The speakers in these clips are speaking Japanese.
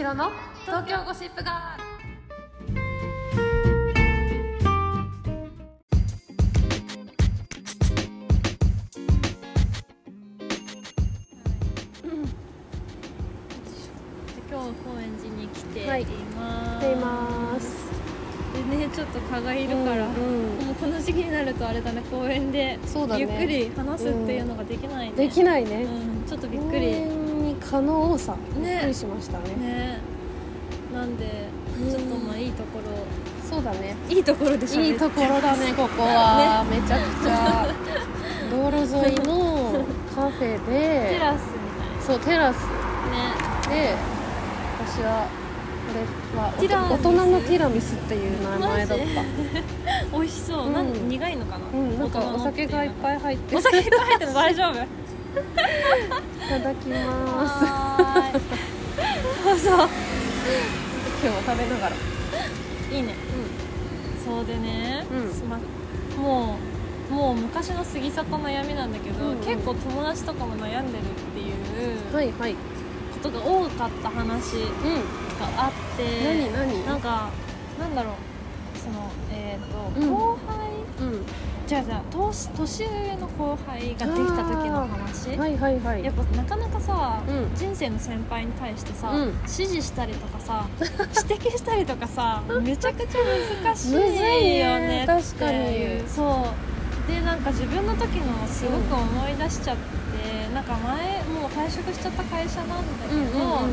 ろの東京ゴシップガール。 今日高円寺に来ています、 はい、来ています。 でね、ちょっと蚊がいるから、もうこの時期になるとあれだね、公園でゆっくり話すっていうのができないね。 できないね、 ちょっとびっくり。 公園に蚊の多さ、びっくりしましたね。 なんでちょっとまあいいところ、 そうだね、 いいところでしょ。 いいところだね、ここは、めちゃくちゃ道路沿いのカフェでテラスみたいな。 そう、テラスねで、私はこれは大人のティラミスっていう名前だった。 美味しそう。苦いのかな。 なんかお酒がいっぱい入ってる。 お酒いっぱい入ってるの大丈夫？いただきます。 どうぞ。 今日は食べながらいいね。そうでね、もう昔の過ぎ去った悩みなんだけど、結構友達とかも悩んでるっていうことが多かった話があって、なんかなんだろう、その後輩、年上の後輩ができた時の話。やっぱなかなかさ、人生の先輩に対してさ、指示したりとかさ指摘したりとかさめちゃくちゃ難しいよねっていう。 確かにそうで、なんか自分の時のすごく思い出しちゃって、なんか前もう退職しちゃった会社なんだけど、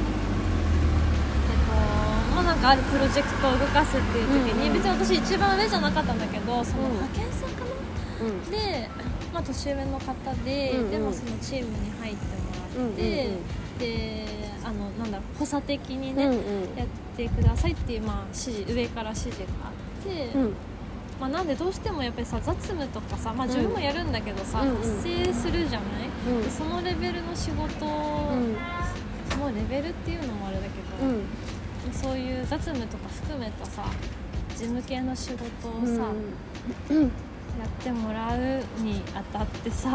まあなんかあるプロジェクトを動かすっていう時に、別に私一番上じゃなかったんだけど、その派遣さんかな、で、まあ、年上の方で、でもそのチームに入ってもらって、でなんだろう、補佐的にね、やってくださいっていう、まあ、指示、上から指示があって、まあ、なんでどうしてもやっぱりさ、雑務とかさ、まあ、自分もやるんだけどさ、発生するじゃない、でそのレベルの仕事、そのレベルっていうのもあれだけど、そういう雑務とか含めたさ、事務系の仕事をさ、やってもらうにあたってさ、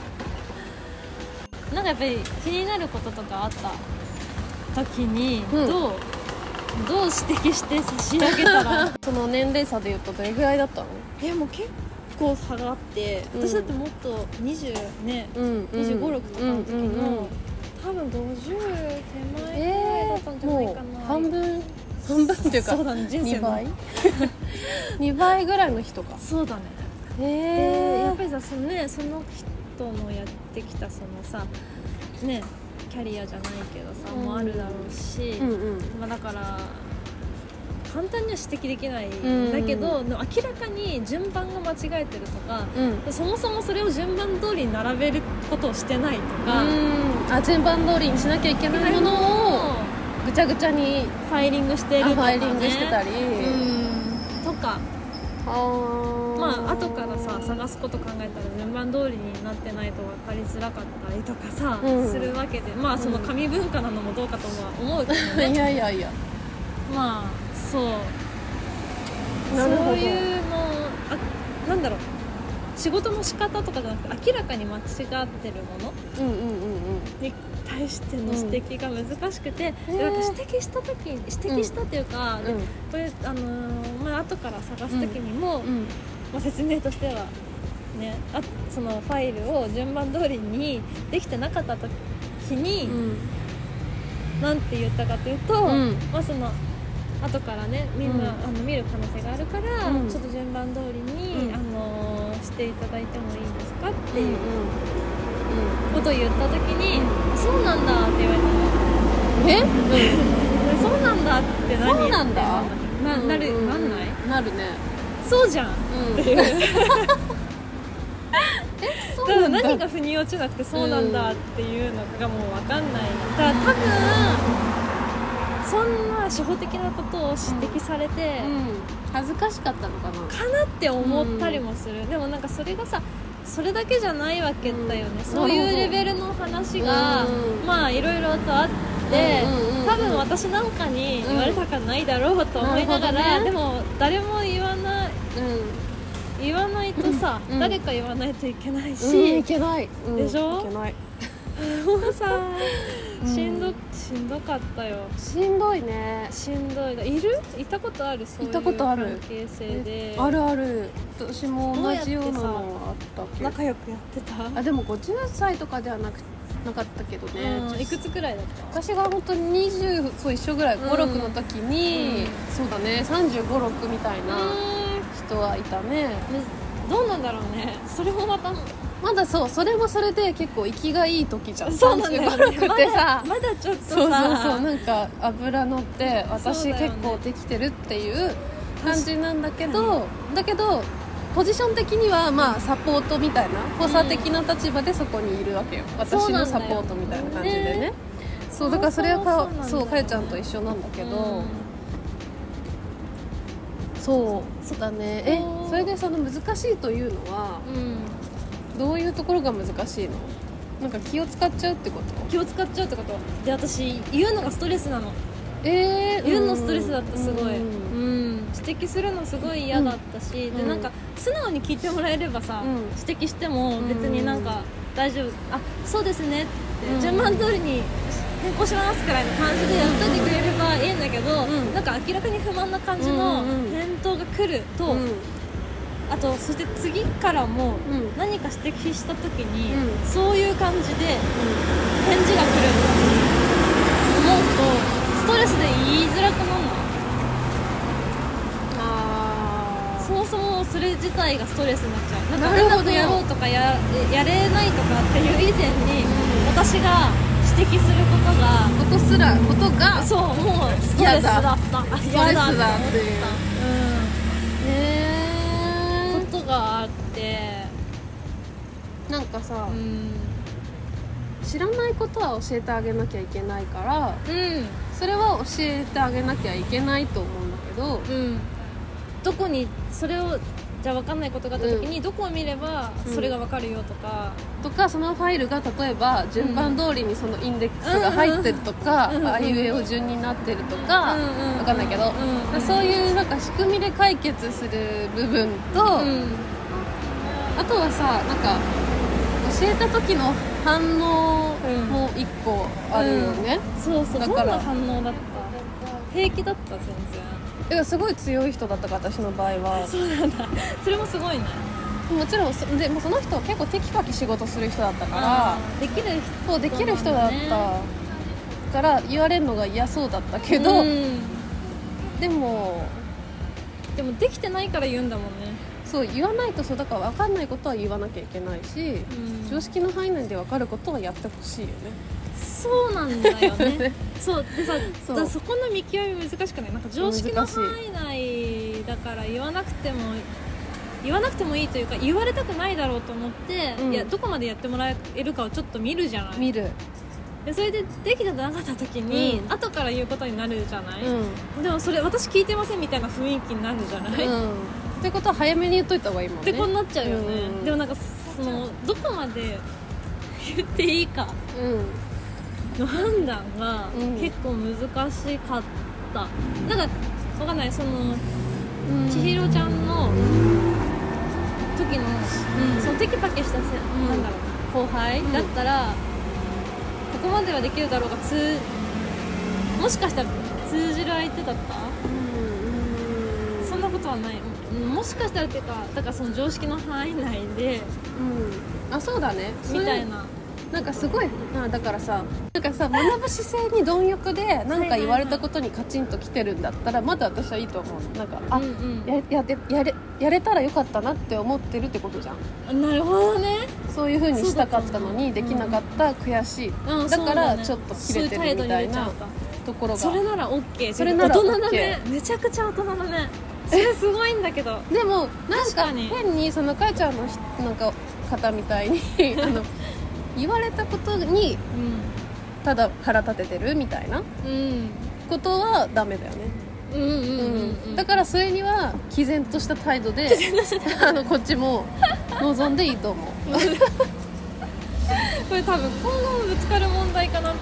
なんかやっぱり気になることとかあった時に、どう指摘して差し上げたらその年齢差でいうとどれぐらいだったの？ もう結構差があって、私だってもっと20ね、25、6とかの時の多分50手前ぐらいだったんじゃないかな。 もう半分っていうか、 そうだね、人生の 2倍ぐらいの人か。 そうだね。でやっぱりさ、その人のやってきたそのさね、キャリアじゃないけどさ、もあるだろうし、まあ、だから簡単には指摘できないんだけど、明らかに順番が間違えてるとか、そもそもそれを順番通りに並べることをしてないとか、 順番通りにしなきゃいけないものをぐちゃぐちゃにファイリングしてるとかね、 ファイリングしてたりとか、まあ後からさ探すこと考えたら順番通りになってないと分かりづらかったりとかさ、するわけで、まあその紙文化なのもどうかとは思うけどね。 いやまあそう、 なるほど。 そういうの、なんだろう、仕事の仕方とかじゃなくて明らかに間違ってるものに対しての指摘が難しくて、なんか指摘したっていうか、これまあ後から探す時にも、まあ、説明としてはね、そのファイルを順番通りにできてなかった時に、なんて言ったかというと、まあその後からね、見る可能性があるから、ちょっと順番通りに、していただいてもいいですかっていうことを言った時に、そうなんだって言われたの。そうなんだって何？ そうなんだ。 なんない？ なるね。 そうじゃんっていう。ただ何が腑に落ちなくてそうなんだっていうのがもう分かんない。だから多分そんな初歩的なことを指摘されて、 恥ずかしかったのかなって思ったりもする。でもなんかそれがさ、それだけじゃないわけだよね。そういうレベルの話がまあいろいろとあって、多分私なんかに言われたかないだろうと思いながら、でも誰も言わないとさ、誰か言わないといけないし、 いけない、 でしょ？ いけない。 もうさ、 しんどかったよ。 しんどいね。 しんどい。いたことある？そういう行ったことある関係性で。 あるある。私も同じようなのはあったけど。 仲良くやってた？ あ、でも50歳とかではなかったけどね、 いくつくらいだった？ 私が本当に20、そう一緒ぐらい、5、6の時に、そうだね、35、6みたいな人はいたね。 どうなんだろうね。それもまだそれもそれで結構生きがいい時じゃん。 そうなんだよね。 35、6ってさ、 まだちょっとさ、 そうなんか脂乗って私結構できてるっていう感じなんだけど、ポジション的にはまあサポートみたいな補佐的な立場でそこにいるわけよ、私のサポートみたいな感じでね。そうだからそれはかよちゃんと一緒なんだけど、そうだね。それでその難しいというのは、どういうところが難しいの？なんか気を使っちゃうってこと？ 気を使っちゃうってこと？で、私言うのがストレスなの。言うのストレスだった、すごい。指摘するのすごい嫌だったし、でなんか素直に聞いてもらえればさ、指摘しても別になんか大丈夫、あ、そうですねって順番通りに変更しますくらいの感じでやっといてくれればいいんだけど、なんか明らかに不満な感じの返答が来ると、あとそして次からも何か指摘した時に、そういう感じで返事が来ると思うとストレスで言いづらくなるの。そもそもそれ自体がストレスになっちゃう。なんかうまくやろうとか やれないとかっていう以前に、私が指摘することがそう、もうストレスだった。嫌だって思ったことがあって、 なんかさ、知らないことは教えてあげなきゃいけないから、それは教えてあげなきゃいけないと思うんだけど、 どこにそれをじゃあ分かんないことがあった時に、どこを見ればそれが分かるよとか、 そのファイルが例えば順番通りにそのインデックスが入ってるとか、あいうえお順になってるとか、分かんないけど、そういうなんか仕組みで解決する部分と、あとはさ、なんか教えた時の反応も一個あるよね。 そうだからどんな反応だった？平気だった？全然。 すごい強い人だったから、私の場合は。 そうなんだ。それもすごいね。 もちろんでもその人は結構テキパキ仕事する人だったから、 できる人だったから言われるのが嫌そうだったけど、でもできてないから言うんだもんね。 そう言わないと、だから分かんないことは言わなきゃいけないし、常識の範囲内で分かることはやってほしいよね。 そうなんだよね。そうでさ、そこの見極め難しくない？なんか常識の範囲内だから言わなくてもいいというか、言われたくないだろうと思って、いやどこまでやってもらえるかをちょっと見るじゃない。 見る。 でそれでできてなかった時に、後から言うことになるじゃない。でもそれ私聞いてませんみたいな雰囲気になるじゃない。 ってことは早めに言っといた方がいいもんね。 ってこうなっちゃうよね。でもなんかそのどこまで言っていいかの判断が結構難しかった。なんかわかんない、その千尋ちゃんの時の、そのテキパキしたなんだろう、後輩だったら、ここまではできるだろうが、もしかしたら通じる相手だった？そんなことはない。もしかしたらっていうか、だからその常識の範囲内で、 あ、そうだねみたいな。 なんかすごいだからさ、なんかさ、学ぶ姿勢に貪欲で何か言われたことにカチンときてるんだったら、まだ私はいいと思う。なんかやれたらよかったなって思ってるってことじゃん。 なるほどね。 そういう風にしたかったのにできなかった、悔しい、だからちょっとキレてるみたいなところが、 それなら OK。 それなら OK。 大人だね。めちゃくちゃ大人だね。それすごいんだけど。 でもなんか変にそのかえちゃんのなんか方みたいに言われたことにただ腹立ててるみたいなことはダメだよね。だからそれには毅然とした態度でこっちも望んでいいと思う。 これ多分今後もぶつかる問題かなって、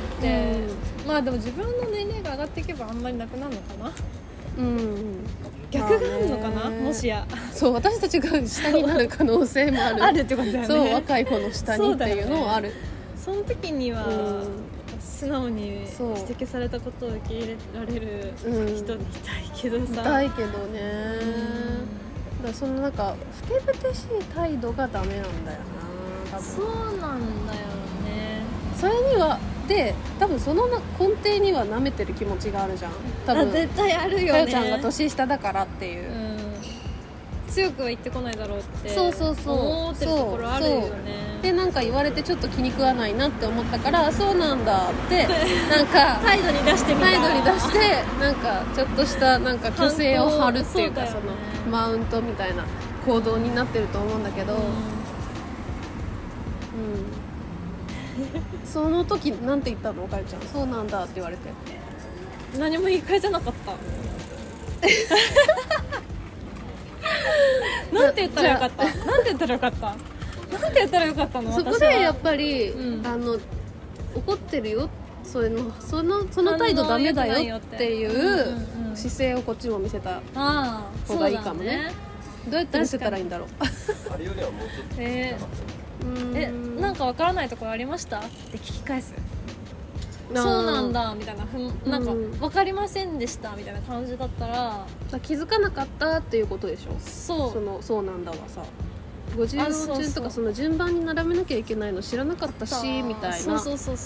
まあでも自分の年齢が上がっていけばあんまりなくなるのかな。逆があるのかな、もしや。 そう、私たちが下になる可能性もある。 あるってことだよね。 そう、若い子の下にっていうのはある。 その時には素直に指そう摘されたことを受け入れられるうん人にいたいけどさ、 痛いけどね、だからそのなんかふてぶてしい態度がダメなんだよな、多分そうなんだよね。 それにはで多分その根底には舐めてる気持ちがあるじゃん、多分絶対あるよね。 かよちゃんが年下だからっていう、 強くは言ってこないだろうってそうそうそう思ってるところあるよね。 でなんか言われてちょっと気に食わないなって思ったからそうなんだってなんか態度に出してみた。 態度に出してなんかちょっとしたなんか虚勢を張るっていうかそうだよねそのマウントみたいな行動になってると思うんだけど、その時なんて言ったのおかゆちゃん、そうなんだって言われて何も言い返せなかったなんて言ったらよかったなんて言ったらよかったなんて言ったらよかったの。 そこでやっぱり、怒ってるよその態度ダメだよっていう姿勢をこっちも見せた方がいいかもね。どうやって見せたらいいんだろうあれよりはもうちょっとなんかわからないところありましたって聞き返す。そうなんだみたいな、なんか分かりませんでしたみたいな感じだったら、 気づかなかったっていうことでしょ。そうなんだはさ、50音順とかその順番に並べなきゃいけないの知らなかったしみたいなことでしょ。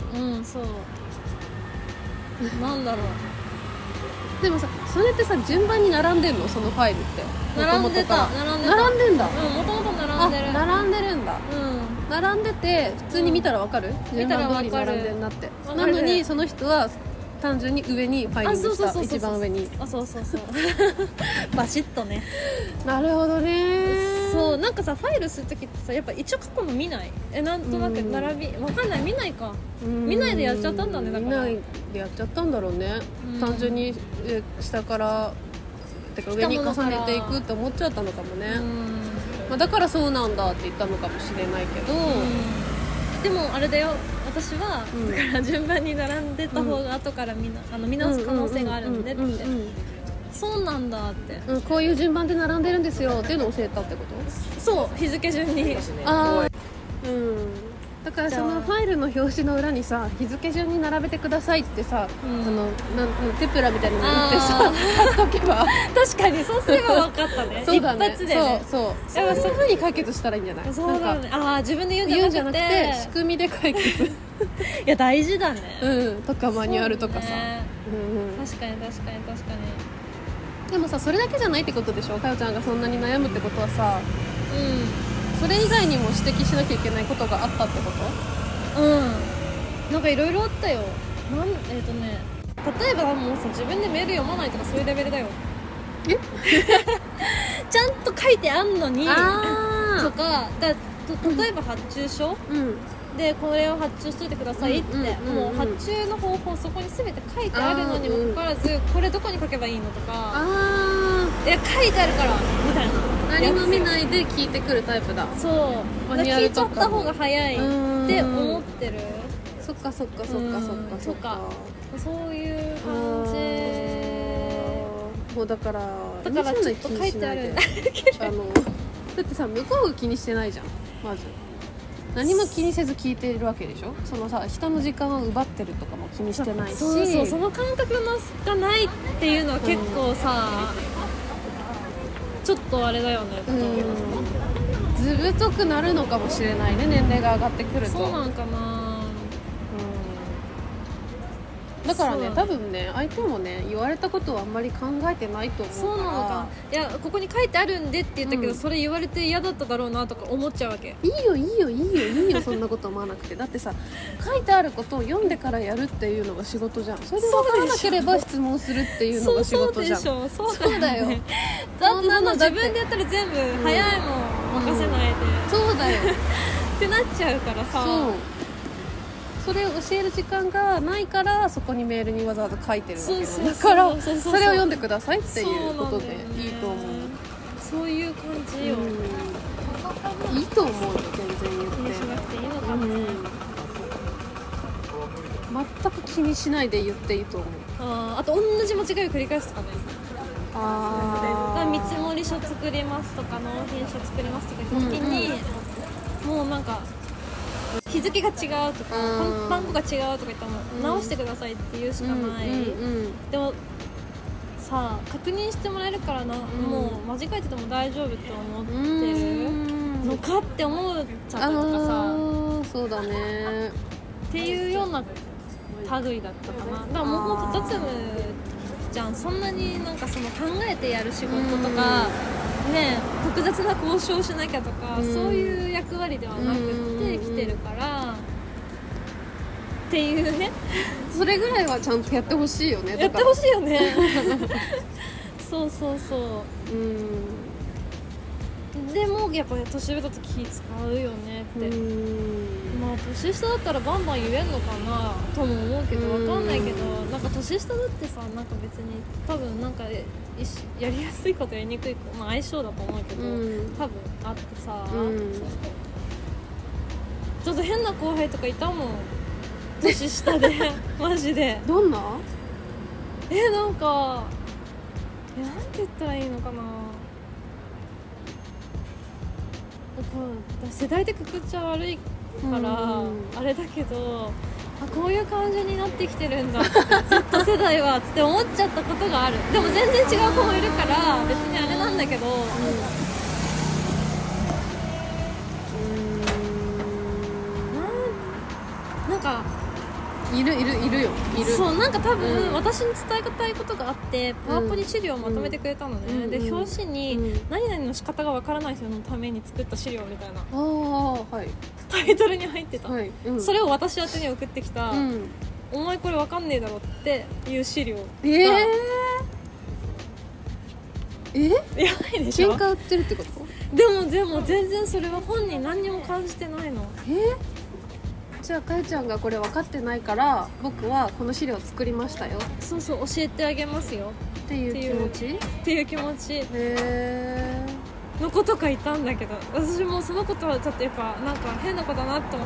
そうなんだろう。 でもさそれってさ順番に並んでんのそのファイルって。 並んでた並んでんだ。 もともと並んでる。 並んでるんだ。並んでて普通に見たらわかる、順番通り並んでんなって。なのにその人は単純に上にファイリングした、一番上に。 そうバシッとね。 なるほどね。 そうなんかさファイルするときってさやっぱ一応過去の見ないなんとなく並びわかんない、見ないか、見ないでやっちゃったんだね。だから見ないでやっちゃったんだろうね、単純に下からてか上に重ねていくって思っちゃったのかもね、だからそうなんだって言ったのかもしれないけど、 でもあれだよ私は、だから順番に並んでた方が後から見直す可能性があるんでって、そうなんだって、 こういう順番で並んでるんですよっていうのを教えたってこと？ そう日付順に。 だからそのファイルの表紙の裏にさ日付順に並べてくださいってさ、テプラみたいなの塗ってさ貼っとけば確かにそうすれば分かったね。 そうだね、 一発でね。 そういう風に解決したらいいんじゃない？ そうだね。自分で言うんじゃなくて仕組みで解決いや大事だね。 とかマニュアルとかさ、 確かにでもさそれだけじゃないってことでしょ。かよちゃんがそんなに悩むってことはさ、それ以外にも指摘しなきゃいけないことがあったってこと？ なんかいろいろあったよ。例えばもうさ自分でメール読まないとかそういうレベルだよ。ちゃんと書いてあんのにとか例えば発注書、でこれを発注しといてくださいって、もう発注の方法そこに全て書いてあるのにもかかわらず、これどこに書けばいいのとか、いや書いてあるからみたいな、 何も見ないで聞いてくるタイプだ。 そう聞いちゃった方が早いって思ってる。 そっかそういう感じ。 もうだからちょっと書いてあるんだけどだってさ向こうが気にしてないじゃん。まず何も気にせず聞いてるわけでしょ。そのさ人の時間を奪ってるとかも気にしてないし、 その感覚がないっていうのは結構さ、ちょっとあれだよね。 ずぶとくなるのかもしれないね、年齢が上がってくると。 そうなんかな。 だからね多分ね相手もね言われたことはあんまり考えてないと思うから。 そうなのか。いやここに書いてあるんでって言ったけど、それ言われて嫌だっただろうなとか思っちゃうわけ。 いいよそんなこと思わなくて。だってさ書いてあることを読んでからやるっていうのが仕事じゃん。それで分からなければ質問するっていうのが仕事じゃん。そうだよ。 だって自分でやったら全部早いもん任せないで、 そうだよってなっちゃうからさ。 それを教える時間がないからそこにメールにわざわざ書いてるわけだからそれを読んでくださいっていうことでいいと思う。 そういう感じよ。 いいと思うよ全然言って。 気にしなくていいのかな。 全く気にしないで言っていいと思う。 あと同じ間違いを繰り返すとかね。見積もり書作りますとか納品書作りますとか言った時に、もうなんか日日付が違うとか番号が違うとか言ったらもう直してくださいって言うしかない、でもさあ確認してもらえるからな、もう間違えてても大丈夫って思ってるのかって思っちゃったとかさ、 そうだねっていうような類だったかな。だからもうほんと雑務じゃん。そんなになんかその考えてやる仕事とかね、複雑な交渉しなきゃとか、そういう役割ではなくって来てるからっていうね。 それぐらいはちゃんとやってほしいよね。 やってほしいよねそうそうそう、でもやっぱり年上だと気使うよねって。まあ年下だったらバンバン言えんのかなとも思うけど、分かんないけど、なんか年下だってさ、なんか別に多分なんかやりやすいことやりにくいこと、まあ相性だと思うけど、多分あってさ、ちょっと変な後輩とかいたもん、年下でマジで。 どんな？ なんかなんて言ったらいいのかな、世代でくくっちゃ悪いからあれだけど、こういう感じになってきてるんだZ 世代はって思っちゃったことがある。でも全然違う子もいるから別にあれなんだけど、なんかいるよ。 そう、なんか多分、私に伝えたいことがあってパワポに資料をまとめてくれたのね、で表紙に、何々の仕方がわからない人のために作った資料みたいなタイトルに入ってた、それを私宛てに送ってきた、お前これわかんねえだろっていう資料がやばいでしょ。 喧嘩売ってるってこと？ でも全然それは本人何にも感じてないの。 じゃあかよちゃんがこれ分かってないから僕はこの資料を作りましたよ、 そうそう、教えてあげますよっていう気持ち？ っていう気持ちの子とかいたんだけど、私もそのことはちょっとやっぱなんか変な子だなと思って。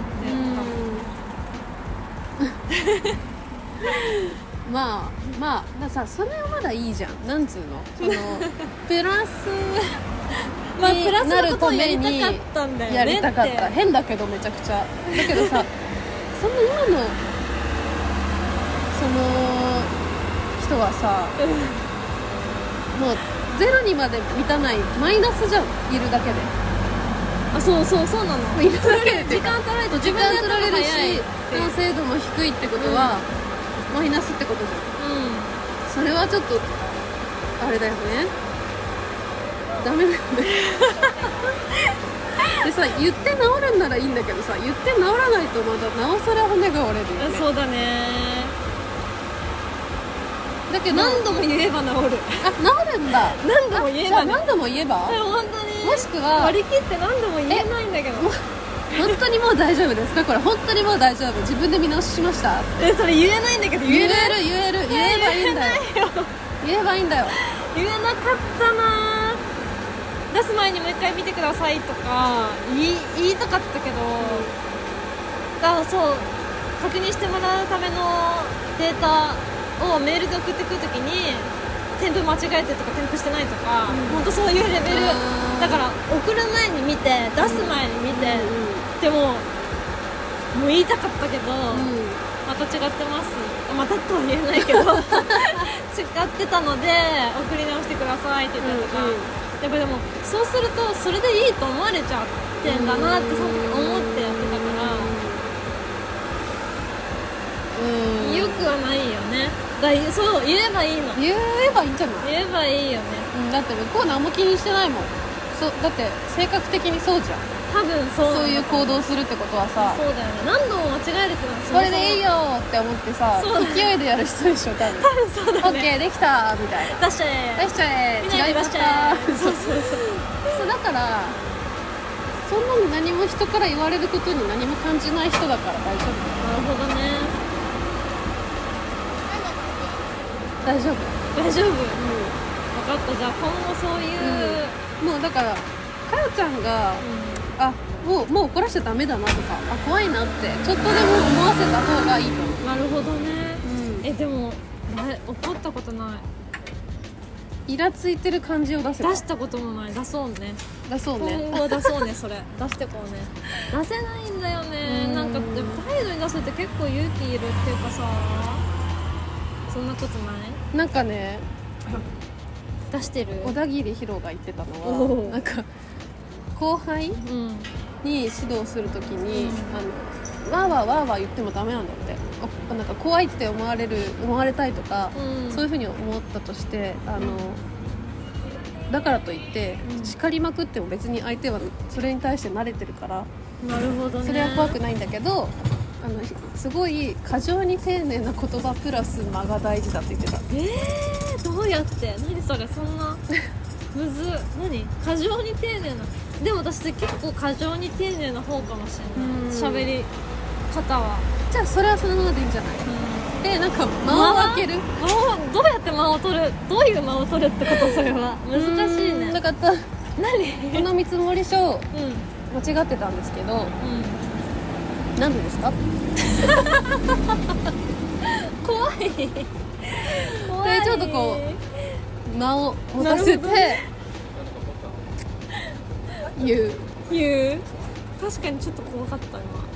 まあさ、それはまだいいじゃん。なんつうの、そのプラスになるためにやりたかった。変だけどめちゃくちゃだけどさその今のその人はさ、もうゼロにまで満たないマイナスじゃん、いるだけで。 そうなの。 いるだけで時間取られると時間取られるし、完成度も低いってことは、マイナスってことじゃん。それはちょっとあれだよね、ダメだよねでさ、言って治るんならいいんだけどさ、言って治らないとまだなおさら骨が折れるよね。 そうだね。 だけど何度も言えば治る。 治るんだ。 何度も言えばね。 何度も言えば、 本当にもしくは割り切って何度も言えないんだけど、 本当にもう大丈夫ですか、これ本当にもう大丈夫、自分で見直ししました。 それ言えないんだけど、言えばいいんだよ。 言えばいいんだよ。 言えなかったな。出す前にもう一回見てくださいとか言いたかったけど、そう確認してもらうためのデータをメールで送ってくるときに添付間違えてとか添付してないとか、本当そういうレベルだから、送る前に見て出す前に見て、でもう言いたかったけど、また違ってます、またとは言えないけど違ってたので送り直してくださいって言ったりとか、やっぱでもそうするとそれでいいと思われちゃってんだなってその時思ってやってたから、よくはないよね。そう言えばいいの。 言えばいいんじゃない？ 言えばいいよね。 だって向こう何も気にしてないもん。だって性格的にそうじゃん。 多分そういう行動するってことはさ、 そうだよね。何度も間違えるってのはそれでいいよって思ってさ、勢いでやる人でしょ多分。 そうだね。 オッケーできたみたいな。出しちゃえ違いました。そうだからそんなに何も人から言われることに何も感じない人だから大丈夫。 なるほどね。 大丈夫。 分かった。じゃあ今後そういう、 もうだからかよちゃんが、もう怒らしちゃダメだなとか、怖いなってちょっとでも思わせた方がいいと思う。 なるほどね。でも怒ったことない。 イラついてる感じを出せば出したこともない。出そうね。 出そうね今後出そうね。それ出してこうね。出せないんだよね。なんかでも態度に出すって結構勇気いるっていうかさ、そんなことない？ なんかね、 出してる？ 小田切ヒロが言ってたのおーは、なんか後輩うんに指導するときに、わーわーわーわー言ってもダメなんだって。なんか怖いって思われたいとか、そういうふうに思ったとしてだからといって叱りまくっても別に相手はそれに対して慣れてるから、 なるほどね。 それは怖くないんだけど、すごい過剰に丁寧な言葉プラス間が大事だって言ってた。 どうやって？何それ、そんなむず。何？過剰に丁寧な。でも私結構過剰に丁寧な方かもしれない。喋り方は。 じゃあそれはそのままでいいんじゃない？で、なんか間を空ける。 どうやって間を取る？どういう間を取るってこと？それは難しいね。 なかった。この見積書間違ってたんですけど、なんでですか？ 怖い。 でちょっとこう間を持たせて言う。 確かにちょっと怖かった今。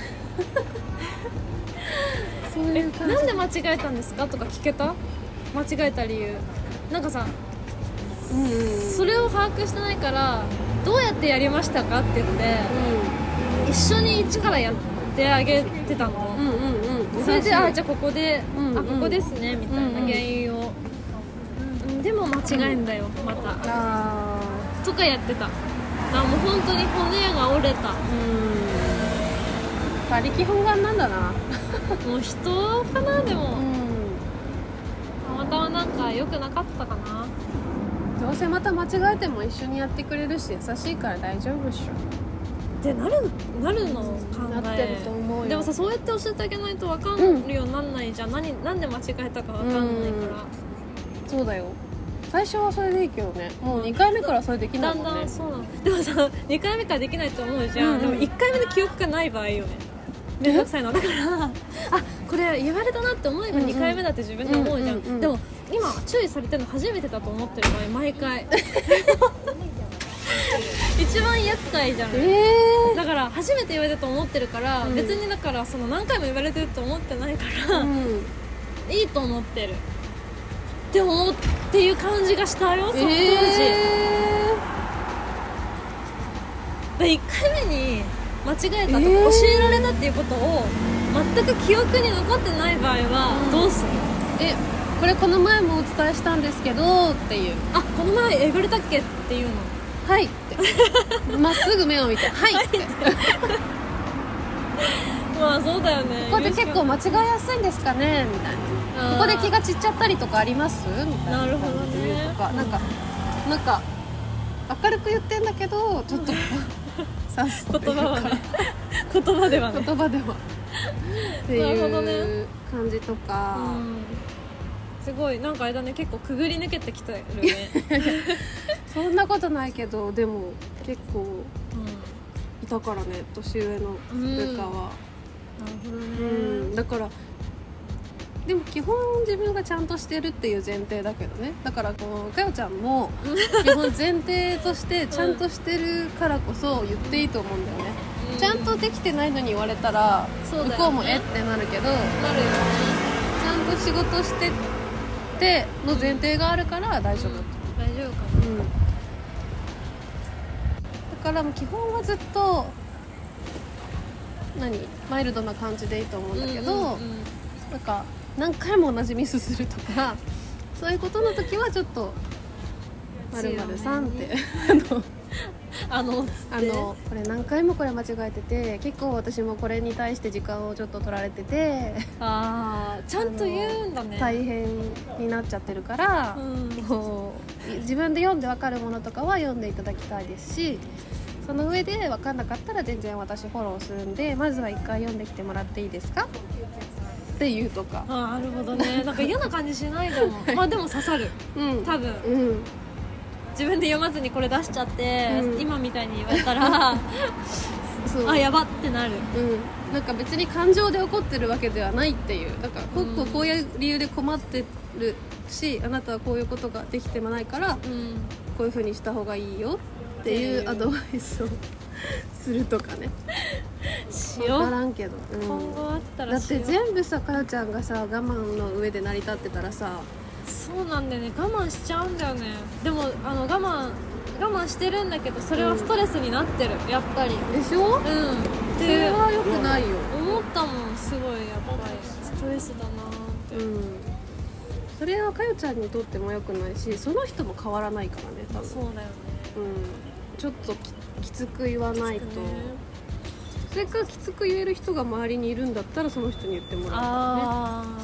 そういう感じ。 なんで間違えたんですかとか聞けた？間違えた理由なんかさ、それを把握してないからどうやってやりましたかって言って、一緒に一からやってあげてたの。それでじゃあここで、ここですねみたいな原因を、でも間違えんだよ、またとかやってた。もう本当に骨が折れた。 他力本願なんだな。 もう人かな。でも、たまたまなんか良くなかったかな。 どうせまた間違えても一緒にやってくれるし優しいから大丈夫っしょってなるの考えなってると思うよ。 でもさ、そうやって教えてあげないと分かるようになんないじゃん。なんで間違えたか分かんないから。 そうだよ。最初はそれでいいけどね。もう2回目からそれできないもんね。 だんだんそうなの。でもさ、2回目からできないと思うじゃん、でも1回目で記憶がない場合よね。めんどくさいのだからこれ言われたなって思えば2回目だって自分で思うじゃん、でも今注意されてるの初めてだと思ってる場合、毎回一番厄介じゃん、だから初めて言われたと思ってるから、別にだからその何回も言われてると思ってないから、いいと思ってるっていう感じがしたよ、その当時、で1回目に間違えたとか教えられたっていうことを全く記憶に残ってない場合はどうする？ これこの前もお伝えしたんですけどっていう。 この前言われたっけっていうの。 はいってまっすぐ目を見てはいってまあそうだよね。 ここで結構間違いやすいんですかねみたいな。ここで気が散っちゃったりとかありますみたいな。 なるほどね。 とかなんか明るく言ってんだけどちょっと刺す言葉はね言葉ではねっていう感じとか、 すごいなんかあれだね、結構くぐり抜けてきたよねそんなことないけど、でも結構いたからね、年上の部下は。 なるほどね。 だからでも基本自分がちゃんとしてるっていう前提だけどね。だからこうかよちゃんも基本前提としてちゃんとしてるからこそ言っていいと思うんだよね、ちゃんとできてないのに言われたら向こうもえってなるけど、 なるよね。 ちゃんと仕事してっての前提があるから大丈夫だと思う。 大丈夫かな。 だからもう基本はずっとマイルドな感じでいいと思うんだけど、なんか何回も同じミスするとかそういうことの時はちょっと〇〇さんってこれ何回もこれ間違えてて結構私もこれに対して時間をちょっと取られててちゃんと言うんだね。 大変になっちゃってるから、こう自分で読んで分かるものとかは読んでいただきたいですし、その上で分かんなかったら全然私フォローするんで、まずは1回読んできてもらっていいですかっていうとか。 なるほどね。なんか嫌な感じしないでもまあでも刺さる、多分、自分で読まずにこれ出しちゃって、今みたいに言われたらそそう、 あやばってなる。 なんか別に感情で怒ってるわけではないっていう、だからこういう理由で困ってるし、あなたはこういうことができてもないから、こういう風にした方がいいよっていうアドバイスをするとかね。 しよう。 分からんけど、 今後あったらだって全部さ、かよちゃんがさ我慢の上で成り立ってたらさ、 そうなんだよね、我慢しちゃうんだよね。でも我慢してるんだけど、それはストレスになってる、やっぱり。 でしょ。 それは良くないよ。 思ったもん、すごいやっぱりストレスだなって。 それはかよちゃんにとっても良くないし、その人も変わらないからね、多分。 そうだよね。 ちょっときつく言わないと、それからきつく言える人が周りにいるんだったら、その人に言ってもらうからね。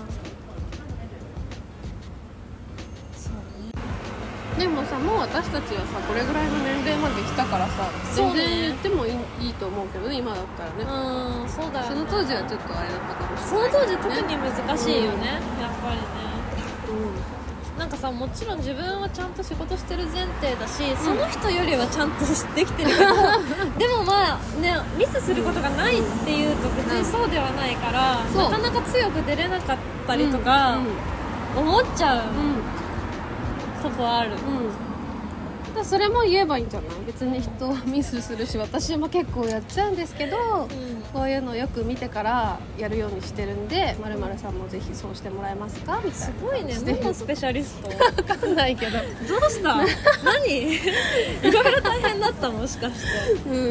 でもさ、もう私たちはさこれぐらいの年齢まで来たからさ、全然言ってもいいと思うけどね、今だったらね。 そうだよね。 その当時はちょっとあれだったかもしれそのない、 当時特に難しいよね、やっぱりね。なんかさ、もちろん自分はちゃんと仕事してる前提だし、その人よりはちゃんとできてるけどでもまあね、ミスすることがないっていうと別にそうではないから、なかなか強く出れなかったりとか思っちゃうとこある。 それも言えばいいんじゃない。別に人はミスするし、私も結構やっちゃうんですけど、こういうのをよく見てからやるようにしてるんで、〇〇さんもぜひそうしてもらえますかみたいな。 すごいね、何のスペシャリスト分かんないけど。 どうした何いろいろ大変だった、もしかして。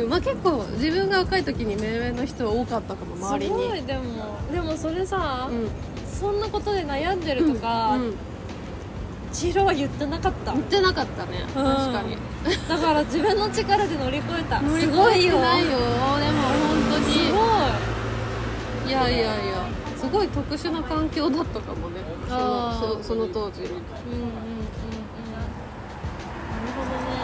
まあ結構自分が若い時に目上の人は多かったかも、周りに。 すごい。でもそれさ、そんなことで悩んでるとか、千尋は言ってなかった。 言ってなかったね、確かに。 だから自分の力で乗り越えた。 乗り越えてないよ。でも本当にすごい。 いやすごい特殊な環境だったかもね、その当時。なるほどね。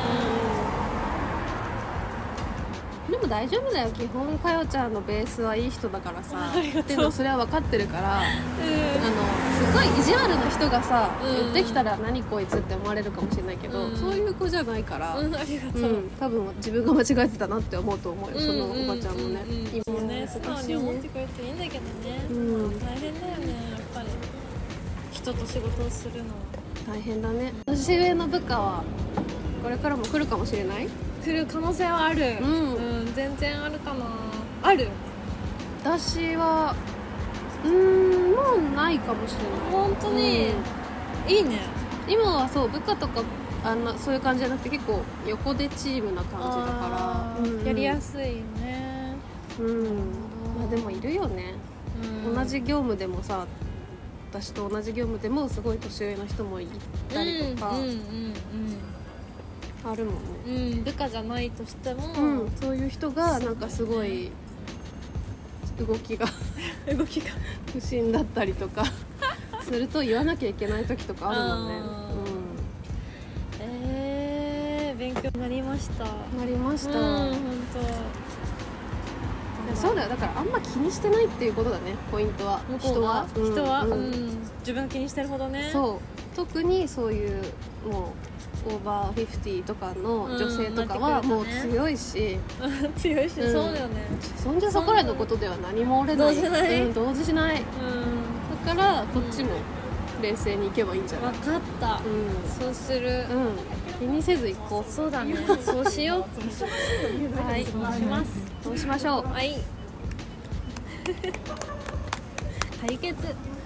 でも大丈夫だよ、基本かよちゃんのベースはいい人だからさ。でもそれは分かってるから、すごい意地悪な人がさ、言ってきたら何こいつって思われるかもしれないけど、そういう子じゃないから、 ありがとう。 多分自分が間違えてたなって思うと思うよ、そのおばちゃんもね。 今ね、素直に思ってくれていいんだけどね。大変だよね、やっぱり人と仕事をするのは大変だね。年上の部下はこれからも来るかもしれない。 来る可能性はある。全然あるかな。ある。 私はもうないかもしれない。 本当に、いいね。 今はそう、部下とかそういう感じじゃなくて、結構横でチームな感じだから、 やりやすいね。 まあでもいるよね、同じ業務でもさ、私と同じ業務でもすごい年上の人もいたりとかあるもんね。 部下じゃないとしても、 そういう人がなんかすごい動きが不審だったりとかすると言わなきゃいけない時とかあるもんね。 勉強になりました。 なりました。 本当。 そうだよ、だからあんま気にしてないっていうことだね、ポイントは。人は自分気にしてるほどね。 そう、特にそういうもうオーバー50とかの女性とかはもう強いし、 強いし、そうだよね。 そんじゃそこらのことでは何も折れない。動じしない。だからこっちも冷静にいけばいいんじゃない。 分かった。そうする。 気にせず行こう。 そうだね。そうしよう。はい、そうします。 そうしましょう。 はい。解決。